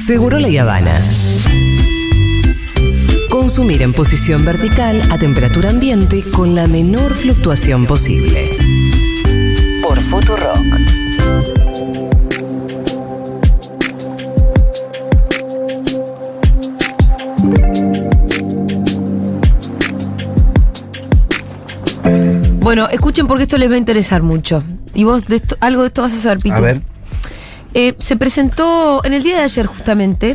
Segurola y Habana. Consumir en posición vertical a temperatura ambiente con la menor fluctuación posible. Por Futurock. Bueno, escuchen porque esto les va a interesar mucho. Y vos algo de esto vas a saber, Pitu. A ver. Se presentó en el día de ayer justamente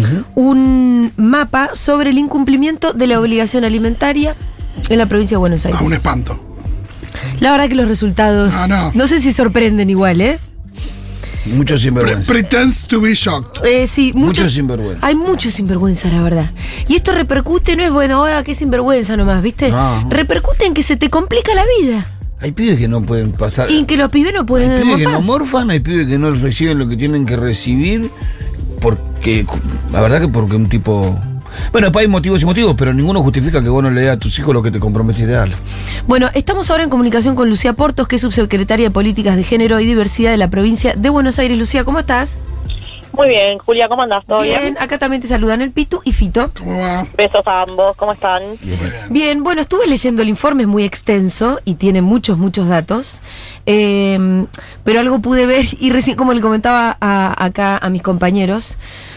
un mapa sobre el incumplimiento de la obligación alimentaria en la provincia de Buenos Aires. Un espanto. La verdad que los resultados no sé si sorprenden igual, ¿eh? Muchos sinvergüenza. Pretends to be shocked. Sí, Muchos sinvergüenza. Hay muchos sinvergüenza, la verdad. Y esto repercute, no es bueno, qué sinvergüenza nomás, ¿viste? No. Repercute en que se te complica la vida. Hay pibes que no pueden pasar. Y en que los pibes no pueden Hay pibes que morfar. no morfan, hay pibes que no reciben lo que tienen que recibir. Porque, la verdad que porque un tipo... Bueno, después hay motivos y motivos, pero ninguno justifica que vos no le des a tus hijos lo que te comprometiste a darle. Bueno, estamos ahora en comunicación con Lucía Portos, que es subsecretaria de Políticas de Género y Diversidad de la provincia de Buenos Aires. Lucía, ¿cómo estás? Muy bien, Julia, ¿cómo andás? ¿Todo bien? Acá también te saludan el Pitu y Fito. ¿Cómo va? Besos a ambos, ¿cómo están? Bien, bueno, estuve leyendo el informe, es muy extenso y tiene muchos datos, pero algo pude ver y recién, como le comentaba acá a mis compañeros,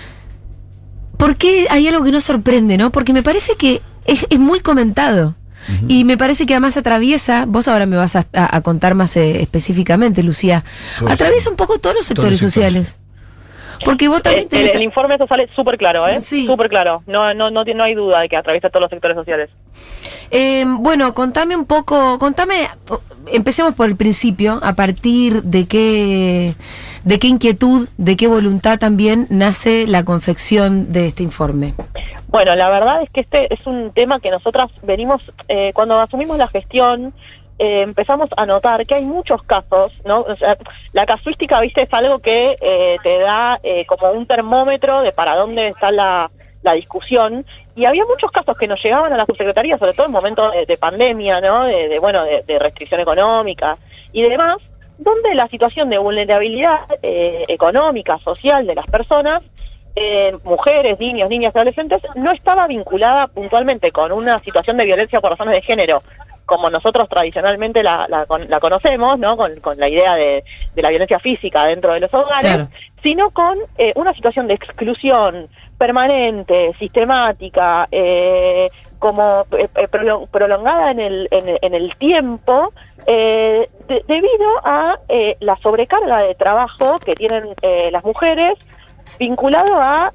¿por qué hay algo que no sorprende, no? Porque me parece que es muy comentado. Y me parece que además atraviesa, vos ahora me vas a contar más específicamente, Lucía, atraviesa un poco todos los sectores sociales. Porque vos también tenés... El informe eso sale súper claro, ¿eh? Sí. Súper claro. No hay duda de que atraviesa todos los sectores sociales. Bueno, contame un poco, empecemos por el principio, a partir de qué inquietud, de qué voluntad también nace la confección de este informe. Bueno, la verdad es que este es un tema que nosotras venimos, cuando asumimos la gestión, empezamos a notar que hay muchos casos, ¿no? O sea, la casuística, viste, es algo que te da como un termómetro de para dónde está la discusión, y había muchos casos que nos llegaban a la subsecretaría, sobre todo en momentos de pandemia, ¿no? De restricción económica y demás, donde la situación de vulnerabilidad económica, social de las personas, mujeres, niños, niñas y adolescentes, no estaba vinculada puntualmente con una situación de violencia por razones de género, como nosotros tradicionalmente la conocemos, ¿no? Con la idea de la violencia física dentro de los hogares, claro, sino con una situación de exclusión permanente, sistemática, como prolongada en el tiempo, debido a la sobrecarga de trabajo que tienen las mujeres, vinculado a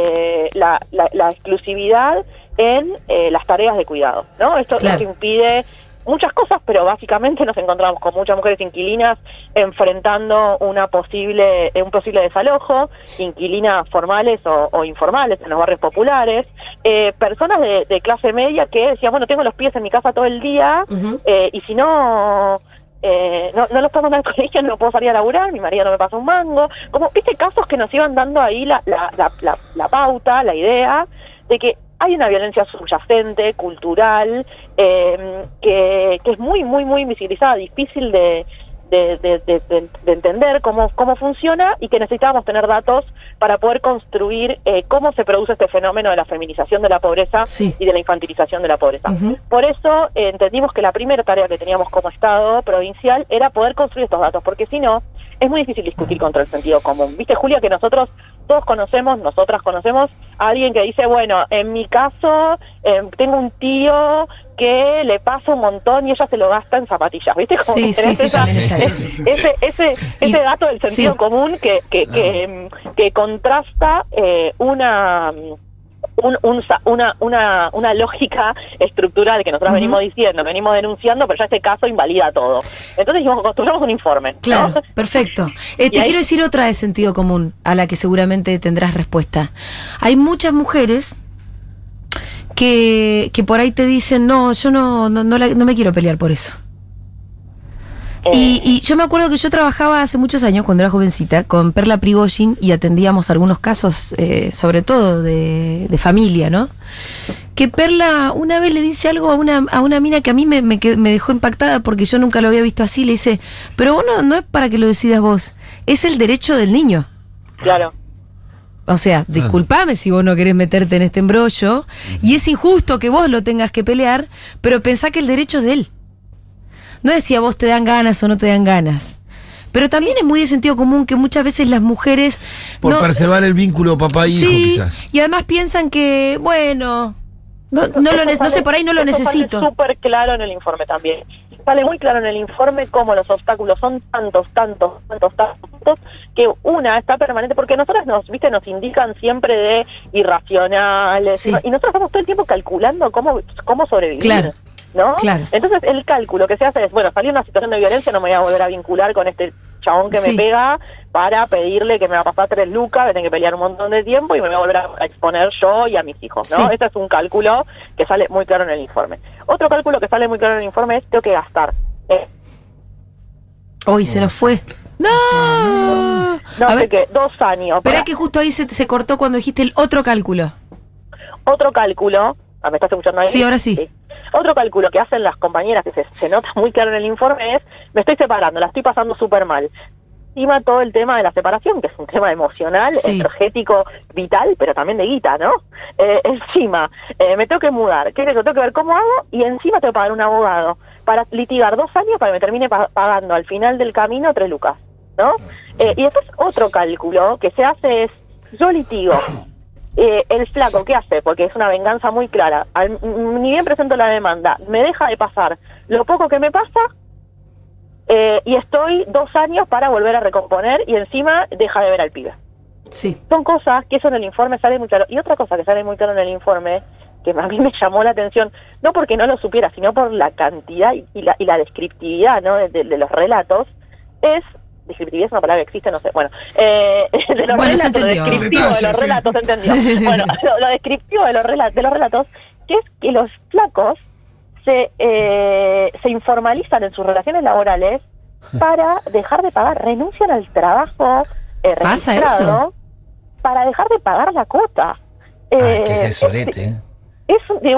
la exclusividad en las tareas de cuidado, ¿no? Esto nos impide muchas cosas, pero básicamente nos encontramos con muchas mujeres inquilinas enfrentando un posible desalojo, inquilinas formales o informales en los barrios populares, personas de clase media que decían, bueno, tengo los pies en mi casa todo el día, y si no los puedo mandar al colegio, no puedo salir a laburar, mi marido no me pasa un mango, como, viste, casos que nos iban dando ahí la pauta, la idea de que hay una violencia subyacente, cultural, que es muy, muy, muy invisibilizada, difícil de entender cómo funciona, y que necesitábamos tener datos para poder construir cómo se produce este fenómeno de la feminización de la pobreza y de la infantilización de la pobreza. Por eso entendimos que la primera tarea que teníamos como Estado provincial era poder construir estos datos, porque si no, es muy difícil discutir contra el sentido común. Viste, Julia, que nosotras conocemos a alguien que dice, bueno, en mi caso tengo un tío que le pasa un montón y ella se lo gasta en zapatillas, ¿viste? Como ese dato del sentido común que contrasta una lógica estructural que nosotros venimos denunciando, pero ya este caso invalida todo. Entonces dijimos, construyamos un informe, ¿no? Claro, perfecto. Quiero decir otra de sentido común, a la que seguramente tendrás respuesta. Hay muchas mujeres que por ahí te dicen, no, yo no me quiero pelear por eso. Y yo me acuerdo que yo trabajaba hace muchos años, cuando era jovencita, con Perla Prigozhin, y atendíamos algunos casos, sobre todo de familia, ¿no? Que Perla una vez le dice algo a una mina que a mí me dejó impactada, porque yo nunca lo había visto así. Le dice, pero bueno, no es para que lo decidas vos, es el derecho del niño. Claro. O sea, discúlpame si vos no querés meterte en este embrollo, y es injusto que vos lo tengas que pelear, pero pensá que el derecho es de él. No es si a vos te dan ganas o no te dan ganas. Pero también es muy de sentido común que muchas veces las mujeres... Por preservar el vínculo papá-hijo, quizás. Y además piensan que, bueno, no sé, por ahí no lo necesito. Sale súper claro en el informe también. Sale muy claro en el informe cómo los obstáculos son tantos, que una está permanente, porque nosotras nos indican siempre de irracionales, Sí. y nosotros estamos todo el tiempo calculando cómo sobrevivir. Claro. ¿No? Claro. Entonces el cálculo que se hace es, bueno, salió una situación de violencia, no me voy a volver a vincular con este chabón que me pega para pedirle que me va a pasar 3 lucas, voy a tener que pelear un montón de tiempo y me voy a volver a exponer yo y a mis hijos, ¿no? Sí. Ese es un cálculo que sale muy claro en el informe. Otro cálculo que sale muy claro en el informe es, tengo que gastar. Hoy se nos fue. ¡No! No A sé ver, qué, 2 años. esperá que justo ahí se cortó cuando dijiste el otro cálculo. Otro cálculo, ¿me estás escuchando ahí? Sí, ahora sí. Otro cálculo que hacen las compañeras, que se nota muy claro en el informe, es, me estoy separando, la estoy pasando súper mal. Encima todo el tema de la separación, que es un tema emocional, energético, vital, pero también de guita, ¿no? Encima, me tengo que mudar, ¿qué es eso? Tengo que ver cómo hago, y encima tengo que pagar un abogado para litigar 2 años para que me termine pagando al final del camino 3 lucas, ¿no? Y después otro cálculo que se hace es, yo litigo. El flaco, ¿qué hace? Porque es una venganza muy clara. Ni bien presento la demanda, me deja de pasar lo poco que me pasa, y estoy 2 años para volver a recomponer, y encima deja de ver al pibe. Sí. Son cosas que eso en el informe sale muy claro. Y otra cosa que sale muy claro en el informe, que a mí me llamó la atención, no porque no lo supiera, sino por la cantidad y la descriptividad, ¿no? de los relatos, es... Descriptividad es una palabra que existe, no sé. Bueno, de los relatos, lo descriptivo de los relatos, se entendió. Bueno, lo descriptivo de los relatos, que es que los flacos se informalizan en sus relaciones laborales para dejar de pagar, renuncian al trabajo ¿Pasa registrado eso? para dejar de pagar la cuota. Que ese sorete, Es de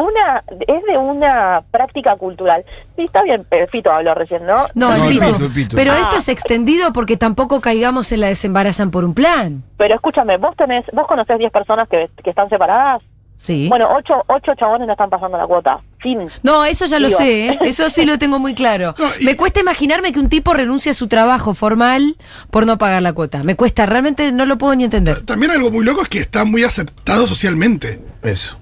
una práctica cultural. Sí, está bien, Fito habló recién, ¿no? No, el Pito. Pero Ah. esto es extendido porque tampoco caigamos en la desembarazan por un plan. Pero escúchame, vos conocés 10 personas que están separadas. Sí. Bueno, 8 chabones no están pasando la cuota. Fin. No, eso ya lo Digo. sé, ¿eh? Eso sí lo tengo muy claro. Me cuesta imaginarme que un tipo renuncie a su trabajo formal por no pagar la cuota. Me cuesta, realmente no lo puedo ni entender. También algo muy loco es que está muy aceptado socialmente. Eso,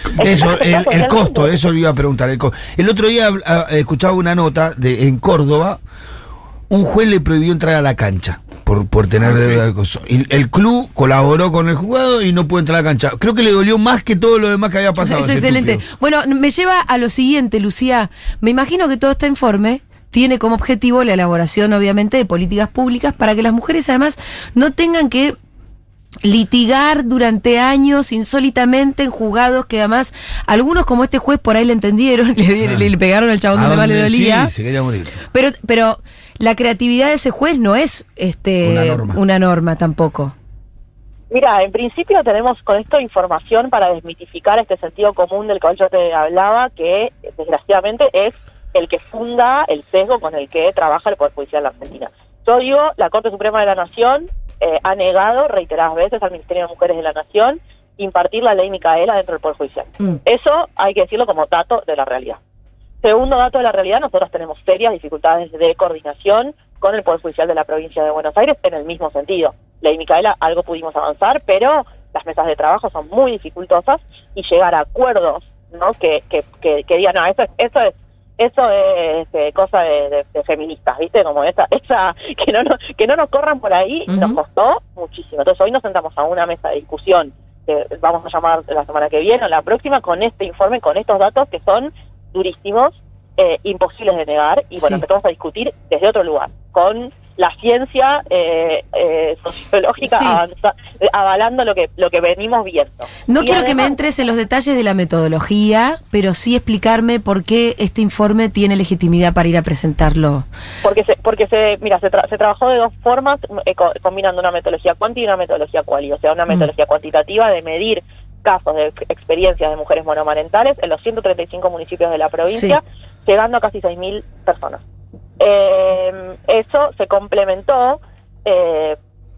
el costo, eso iba a preguntar. El otro día escuchaba una nota en Córdoba, un juez le prohibió entrar a la cancha por tener deuda de coso. Y el club colaboró con el jugador y no pudo entrar a la cancha. Creo que le dolió más que todo lo demás que había pasado. Es excelente. Estúpido. Bueno, me lleva a lo siguiente, Lucía. Me imagino que todo este informe tiene como objetivo la elaboración, obviamente, de políticas públicas para que las mujeres, además, no tengan que litigar durante años insólitamente en juzgados que además algunos como este juez por ahí le entendieron, le pegaron al chabón donde más le dolía. Sí, se quería morir. Pero la creatividad de ese juez no es una norma tampoco. Mira, en principio tenemos con esto información para desmitificar este sentido común del cual yo te hablaba, que desgraciadamente es el que funda el sesgo con el que trabaja el Poder Judicial de la Argentina. Yo digo, la Corte Suprema de la Nación ha negado reiteradas veces al Ministerio de Mujeres de la Nación impartir la ley Micaela dentro del Poder Judicial. Eso hay que decirlo como dato de la realidad. Segundo dato de la realidad, nosotros tenemos serias dificultades de coordinación con el Poder Judicial de la Provincia de Buenos Aires en el mismo sentido. Ley Micaela, algo pudimos avanzar, pero las mesas de trabajo son muy dificultosas y llegar a acuerdos, ¿no? que digan, no, eso es cosa de feministas, ¿viste? Como esa que no nos corran por ahí, nos costó muchísimo. Entonces hoy nos sentamos a una mesa de discusión que vamos a llamar la semana que viene o la próxima con este informe, con estos datos que son durísimos, imposibles de negar, y bueno, empezamos a discutir desde otro lugar, con la ciencia sociológica avalando lo que venimos viendo. No y quiero además, que me entres en los detalles de la metodología, pero sí explicarme por qué este informe tiene legitimidad para ir a presentarlo. Porque se trabajó de 2 formas, combinando una metodología cuanti y una metodología quali, o sea, una metodología cuantitativa de medir casos de experiencias de mujeres monomarentales en los 135 municipios de la provincia, llegando a casi 6.000 personas. Eso se complementó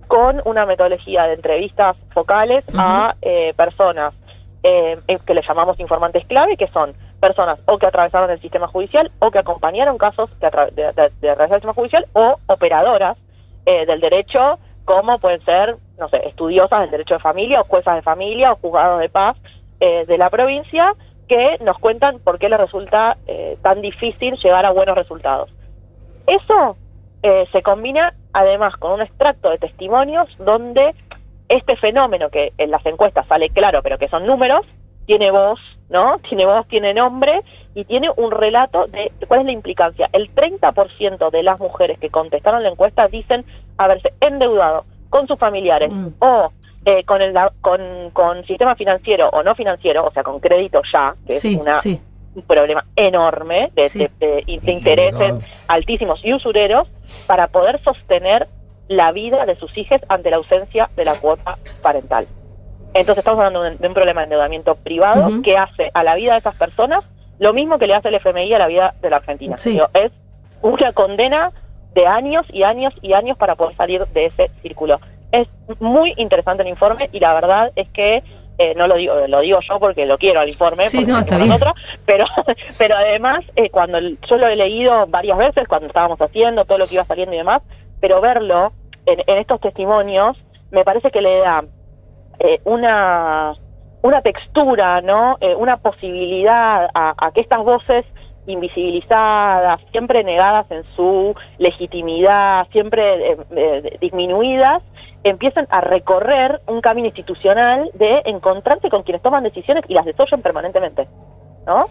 con una metodología de entrevistas focales a personas que le llamamos informantes clave, que son personas o que atravesaron el sistema judicial o que acompañaron casos de atravesar el sistema judicial, o operadoras del derecho, como pueden ser, no sé, estudiosas del derecho de familia o juezas de familia o juzgados de paz de la provincia, que nos cuentan por qué les resulta tan difícil llegar a buenos resultados. Eso se combina además con un extracto de testimonios donde este fenómeno, que en las encuestas sale claro, pero que son números, tiene voz, ¿no? Tiene voz, tiene nombre y tiene un relato de cuál es la implicancia. El 30% de las mujeres que contestaron la encuesta dicen haberse endeudado con sus familiares o con sistema financiero o no financiero, o sea, con crédito ya, que es un problema enorme de intereses altísimos y usureros, para poder sostener la vida de sus hijos ante la ausencia de la cuota parental. Entonces estamos hablando de un problema de endeudamiento privado que hace a la vida de esas personas lo mismo que le hace el FMI a la vida de la Argentina. Es una condena de años y años y años para poder salir de ese círculo. Es muy interesante el informe y la verdad es que no lo digo yo porque lo quiero al informe, está bien. Pero además cuando yo lo he leído varias veces cuando estábamos haciendo todo lo que iba saliendo y demás, pero verlo en estos testimonios me parece que le da una textura, ¿no? Una posibilidad a que estas voces invisibilizadas, siempre negadas en su legitimidad, siempre disminuidas, empiezan a recorrer un camino institucional de encontrarse con quienes toman decisiones y las desoyen permanentemente, ¿no?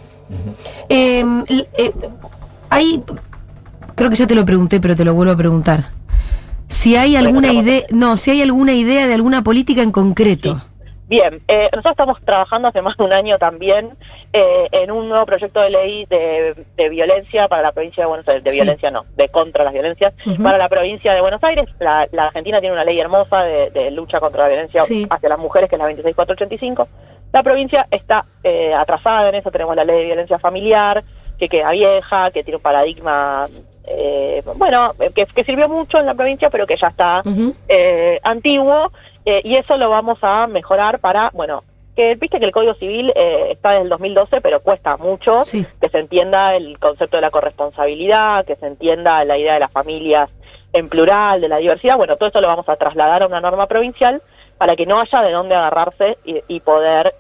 Creo que ya te lo pregunté, pero te lo vuelvo a preguntar. Si hay alguna idea de alguna política en concreto. Sí. Bien, nosotros estamos trabajando hace más de un año también en un nuevo proyecto de ley de violencia para la provincia de Buenos Aires, de contra las violencias, para la provincia de Buenos Aires. La Argentina tiene una ley hermosa de lucha contra la violencia hacia las mujeres, que es la 26485. La provincia está atrasada en eso, tenemos la ley de violencia familiar, que queda vieja, que tiene un paradigma que sirvió mucho en la provincia, pero que ya está antiguo, y eso lo vamos a mejorar para, que viste que el Código Civil está desde el 2012, pero cuesta mucho que se entienda el concepto de la corresponsabilidad, que se entienda la idea de las familias en plural, de la diversidad. Todo eso lo vamos a trasladar a una norma provincial para que no haya de dónde agarrarse y poder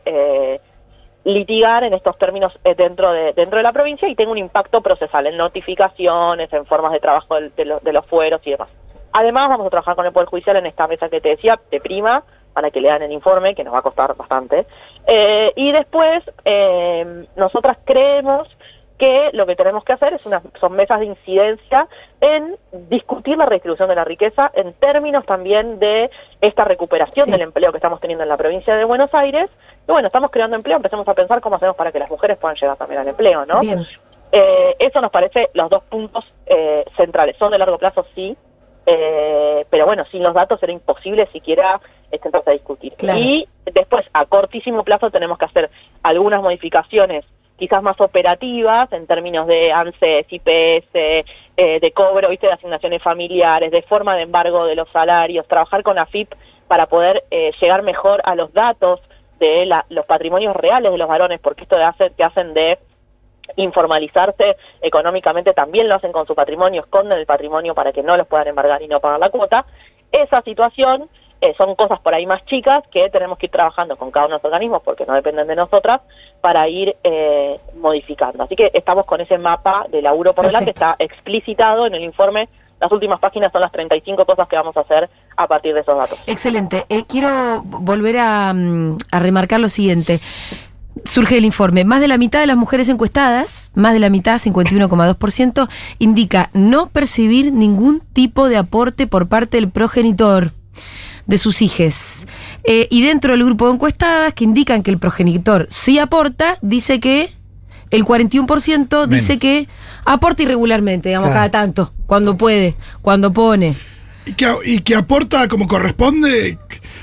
litigar en estos términos dentro de la provincia y tenga un impacto procesal en notificaciones, en formas de trabajo de los fueros y demás. Además, vamos a trabajar con el Poder Judicial en esta mesa que te decía, de prima, para que lean el informe, que nos va a costar bastante. Y después, nosotras creemos que lo que tenemos que hacer son mesas de incidencia en discutir la redistribución de la riqueza en términos también de esta recuperación del empleo que estamos teniendo en la provincia de Buenos Aires. Y estamos creando empleo, empecemos a pensar cómo hacemos para que las mujeres puedan llegar también al empleo, ¿no? Bien. Eso nos parece los dos puntos centrales. Son de largo plazo, sí, pero sin los datos era imposible siquiera sentarse a discutir. Claro. Y después, a cortísimo plazo, tenemos que hacer algunas modificaciones quizás más operativas en términos de ANSES, IPS, de cobro, de asignaciones familiares, de forma de embargo de los salarios, trabajar con AFIP para poder llegar mejor a los datos de los patrimonios reales de los varones, porque esto que hacen de informalizarse económicamente también lo hacen con su patrimonio, esconden el patrimonio para que no los puedan embargar y no pagar la cuota. Esa situación son cosas por ahí más chicas que tenemos que ir trabajando con cada uno de los organismos porque no dependen de nosotras para ir modificando. Así que estamos con ese mapa de laburo por delante, está explicitado en el informe. Las últimas páginas son las 35 cosas que vamos a hacer a partir de esos datos. Excelente. Quiero volver a remarcar lo siguiente. Surge el informe. Más de la mitad de las mujeres encuestadas, más de la mitad, 51,2%, indica no percibir ningún tipo de aporte por parte del progenitor de sus hijes. Y dentro del grupo de encuestadas que indican que el progenitor sí aporta, dice que el 41% dice que aporta irregularmente, cada tanto, cuando puede, cuando pone. Y que aporta como corresponde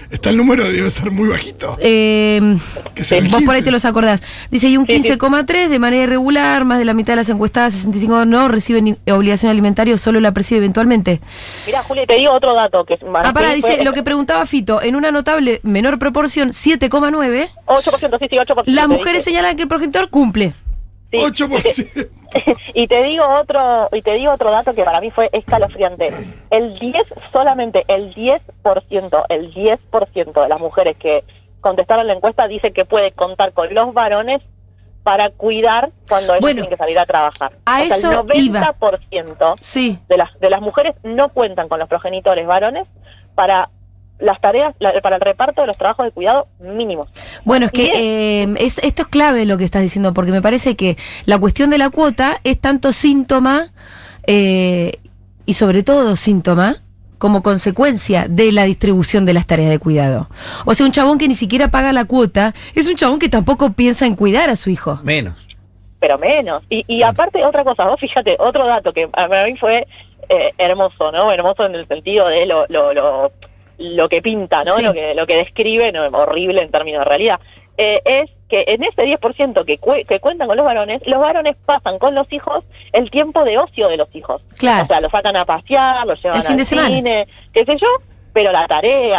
está el número, debe ser muy bajito. Que sea el Vos por ahí 15. te los acordás. Dice, y un Sí, sí. 15,3 de manera irregular, más de la mitad de las encuestadas, 65 no reciben obligación alimentaria o solo la percibe eventualmente. Mirá, Juli, te digo otro dato que Pará, dice, lo que preguntaba Fito, en una notable menor proporción, 7,9, 8%, sí, 8%. las te mujeres dije. señalan que el progenitor cumple. Sí. 8%. Y te digo otro dato que para mí fue escalofriante. Solamente el 10% de las mujeres que contestaron la encuesta dice que puede contar con los varones para cuidar cuando ellos Bueno, tienen que salir a trabajar. a O sea, eso el iba. 90% Sí. de las mujeres no cuentan con los progenitores varones para las tareas, para el reparto de los trabajos de cuidado mínimos. Bueno, es que esto es clave lo que estás diciendo, porque me parece que la cuestión de la cuota es tanto síntoma, y sobre todo síntoma, como consecuencia de la distribución de las tareas de cuidado. O sea, un chabón que ni siquiera paga la cuota es un chabón que tampoco piensa en cuidar a su hijo. Menos. Pero menos. Y aparte, otra cosa, vos fíjate, otro dato que para mí fue hermoso, ¿no? Hermoso en el sentido de lo que pinta, ¿no? Sí. Lo que describe, no, horrible en términos de realidad. Es que en ese 10% que cuentan con los varones pasan con los hijos el tiempo de ocio de los hijos. Claro. O sea, los sacan a pasear, los llevan El fin al de semana. cine, qué sé yo, pero la tarea,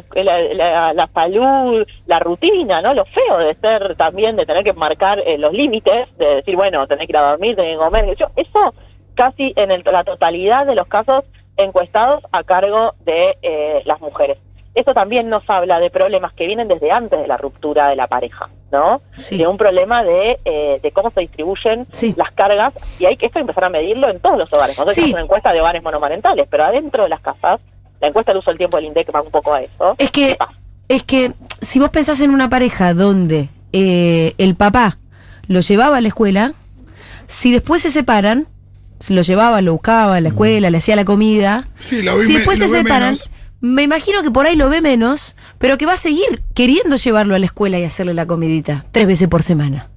la salud, la rutina, ¿no? Lo feo de ser también, de tener que marcar los límites, de decir, bueno, tenés que ir a dormir, tenés que comer, qué sé yo, eso casi en la totalidad de los casos encuestados a cargo de las mujeres. Eso también nos habla de problemas que vienen desde antes de la ruptura de la pareja, ¿no? Sí. De un problema de cómo se distribuyen Sí. las cargas, y hay que empezar a medirlo en todos los hogares. Nosotros Sí. hacemos una encuesta de hogares monomarentales, pero adentro de las casas, la encuesta del uso del tiempo del INDEC va un poco a eso. Es ¿Qué que, pasa? si vos pensás en una pareja donde el papá lo llevaba a la escuela, si después se separan, lo llevaba, lo buscaba a la escuela, le hacía la comida. Sí, lo vi Si después lo se ve separan, menos. me imagino que por ahí lo ve menos, pero que va a seguir queriendo llevarlo a la escuela y hacerle la comidita 3 veces por semana.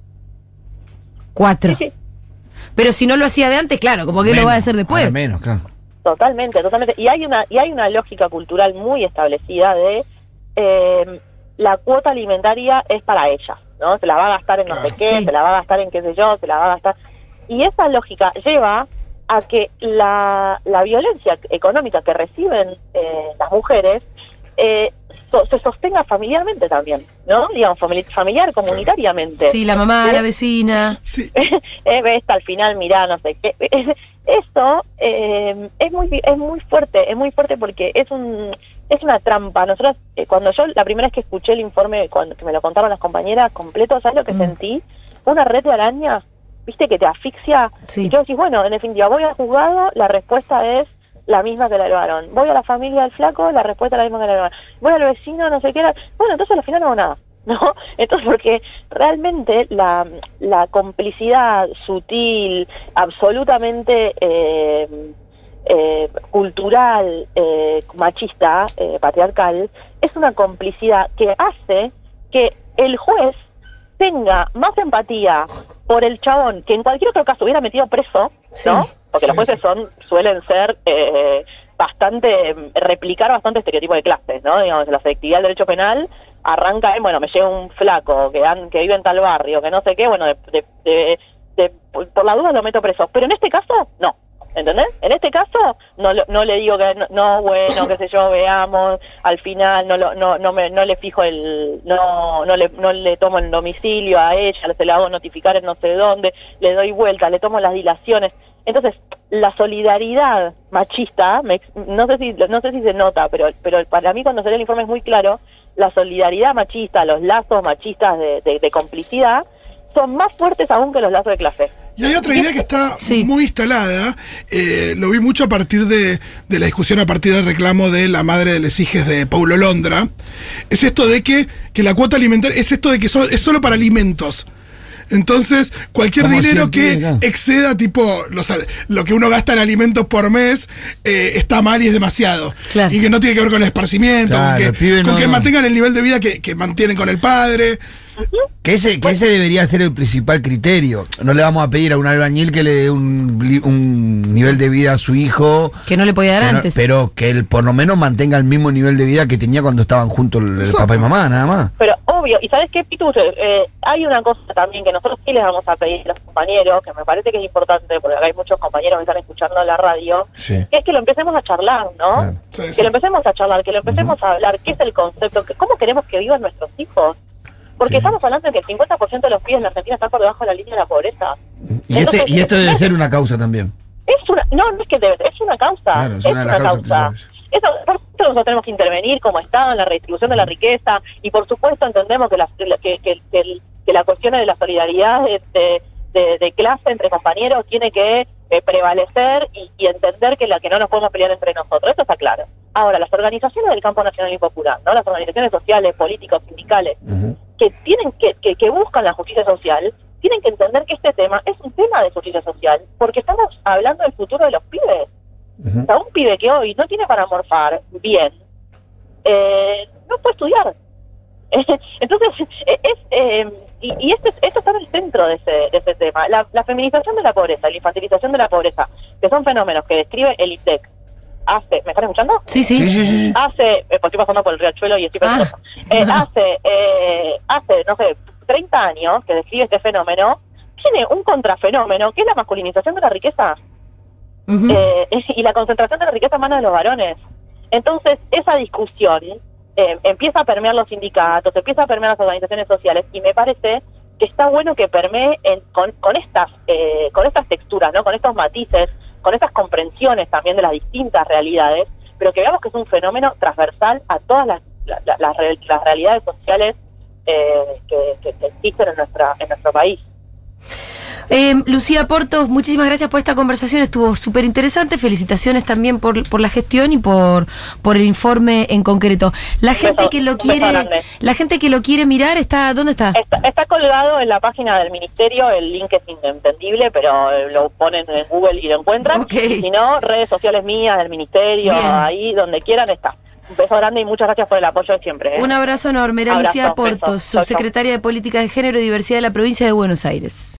4. Sí, sí. Pero si no lo hacía de antes, claro, como que lo va a hacer después. Ahora menos, claro. Totalmente. Y hay una lógica cultural muy establecida de la cuota alimentaria es para ella, ¿no? Se la va a gastar en no sé qué, Sí. se la va a gastar en qué sé yo, se la va a gastar. Y esa lógica lleva a que la violencia económica que reciben las mujeres se sostenga familiarmente también, ¿no? Digamos, familiar, comunitariamente. Sí, la mamá, la vecina. Sí. Esta al final, mirá, no sé qué. Eso es muy fuerte porque es una trampa. Nosotros, cuando yo la primera vez que escuché el informe, que me lo contaron las compañeras completo, ¿sabes lo que sentí? Una red de araña, viste, que te asfixia. Sí. Y yo decís, bueno, en definitiva, voy al juzgado, la respuesta es la misma que la del varón. Voy a la familia del flaco, la respuesta es la misma que la del varón. Voy al vecino, no sé qué. Bueno, entonces al final no hago nada, ¿no? Entonces, porque realmente la complicidad sutil, absolutamente cultural, machista, patriarcal, es una complicidad que hace que el juez tenga más empatía por el chabón que en cualquier otro caso hubiera metido preso, Sí. ¿no? Porque los Sí, jueces suelen ser replicar bastante estereotipos de clases, ¿no? Digamos, la selectividad del derecho penal arranca en, bueno, me llega un flaco que vive en tal barrio, que no sé qué, bueno, por la duda lo meto preso. Pero en este caso, no. ¿Entendés? En este caso, no le digo que bueno, qué sé yo, veamos, al final no le fijo no le tomo el domicilio a ella, se la hago notificar en no sé dónde, le doy vuelta, le tomo las dilaciones. Entonces, la solidaridad machista, no sé si se nota, pero para mí cuando se lee el informe es muy claro, la solidaridad machista, los lazos machistas de complicidad, son más fuertes aún que los lazos de clase. Y hay otra idea que está Sí. muy instalada, lo vi mucho a partir de la discusión, a partir del reclamo de la madre de los hijos de Paulo Londra, es esto de que la cuota alimentaria, es esto de que es solo para alimentos. Entonces, cualquier Como dinero siempre, que claro. exceda tipo lo que uno gasta en alimentos por mes está mal y es demasiado. Claro. Y que no tiene que ver con el esparcimiento, Claro, el pibe con no- que no. mantengan el nivel de vida que mantienen con el padre. Que ese debería ser el principal criterio. No le vamos a pedir a un albañil que le dé un nivel de vida a su hijo. Que no le podía dar antes. Pero que él por lo menos mantenga el mismo nivel de vida que tenía cuando estaban juntos el papá y mamá, nada más. Pero obvio, y ¿sabes qué, Pitu? Hay una cosa también que nosotros sí les vamos a pedir a los compañeros, que me parece que es importante, porque acá hay muchos compañeros que están escuchando la radio, Sí. que es que lo empecemos a charlar, ¿no? Claro. Sí, Que sí. lo empecemos a charlar, que lo empecemos a hablar, qué es el concepto, cómo queremos que vivan nuestros hijos. Porque Sí. estamos hablando de que el 50% de los pibes en Argentina están por debajo de la línea de la pobreza. Entonces, Y esto debe ser una causa también. no es que debe, es una causa. Claro, es una de las causas principales. Eso, por supuesto, nosotros tenemos que intervenir como Estado en la redistribución de la riqueza, y por supuesto entendemos que la cuestión de la solidaridad de clase entre compañeros tiene que prevalecer y entender que no nos podemos pelear entre nosotros. Eso está claro. Ahora, las organizaciones del campo nacional y popular, ¿no? Las organizaciones sociales, políticos, sindicales, que tienen que buscan la justicia social, tienen que entender que este tema es un tema de justicia social, porque estamos hablando del futuro de los pibes. O sea, un pibe que hoy no tiene para morfar bien, no puede estudiar. Entonces, esto está en el centro de ese tema. La feminización de la pobreza, la infantilización de la pobreza, que son fenómenos que describe el ITEC ¿me están escuchando? Sí, sí. Sí. Pues estoy pasando por el riachuelo y estoy pensando. Hace, no sé, 30 años que describe este fenómeno, tiene un contrafenómeno, que es la masculinización de la riqueza. Y la concentración de la riqueza en manos de los varones. Entonces, esa discusión empieza a permear los sindicatos, empieza a permear las organizaciones sociales, y me parece que está bueno que permee con estas texturas, ¿no? Con estos matices, con estas comprensiones también de las distintas realidades, pero que veamos que es un fenómeno transversal a todas las realidades sociales que existen en nuestro país. Lucía Portos, muchísimas gracias por esta conversación, estuvo súper interesante. Felicitaciones también por la gestión y por el informe en concreto. La gente que lo quiere mirar, ¿dónde está? Está colgado en la página del ministerio, el link es inentendible, pero lo ponen en Google y lo encuentran. Okay. Si no, redes sociales mías del ministerio, Bien. Ahí donde quieran está. Un beso grande y muchas gracias por el apoyo de siempre. Un abrazo enorme. Era Abrazo, Lucía Portos, besos. Chau, chau. subsecretaria de Política de Género y Diversidad de la provincia de Buenos Aires.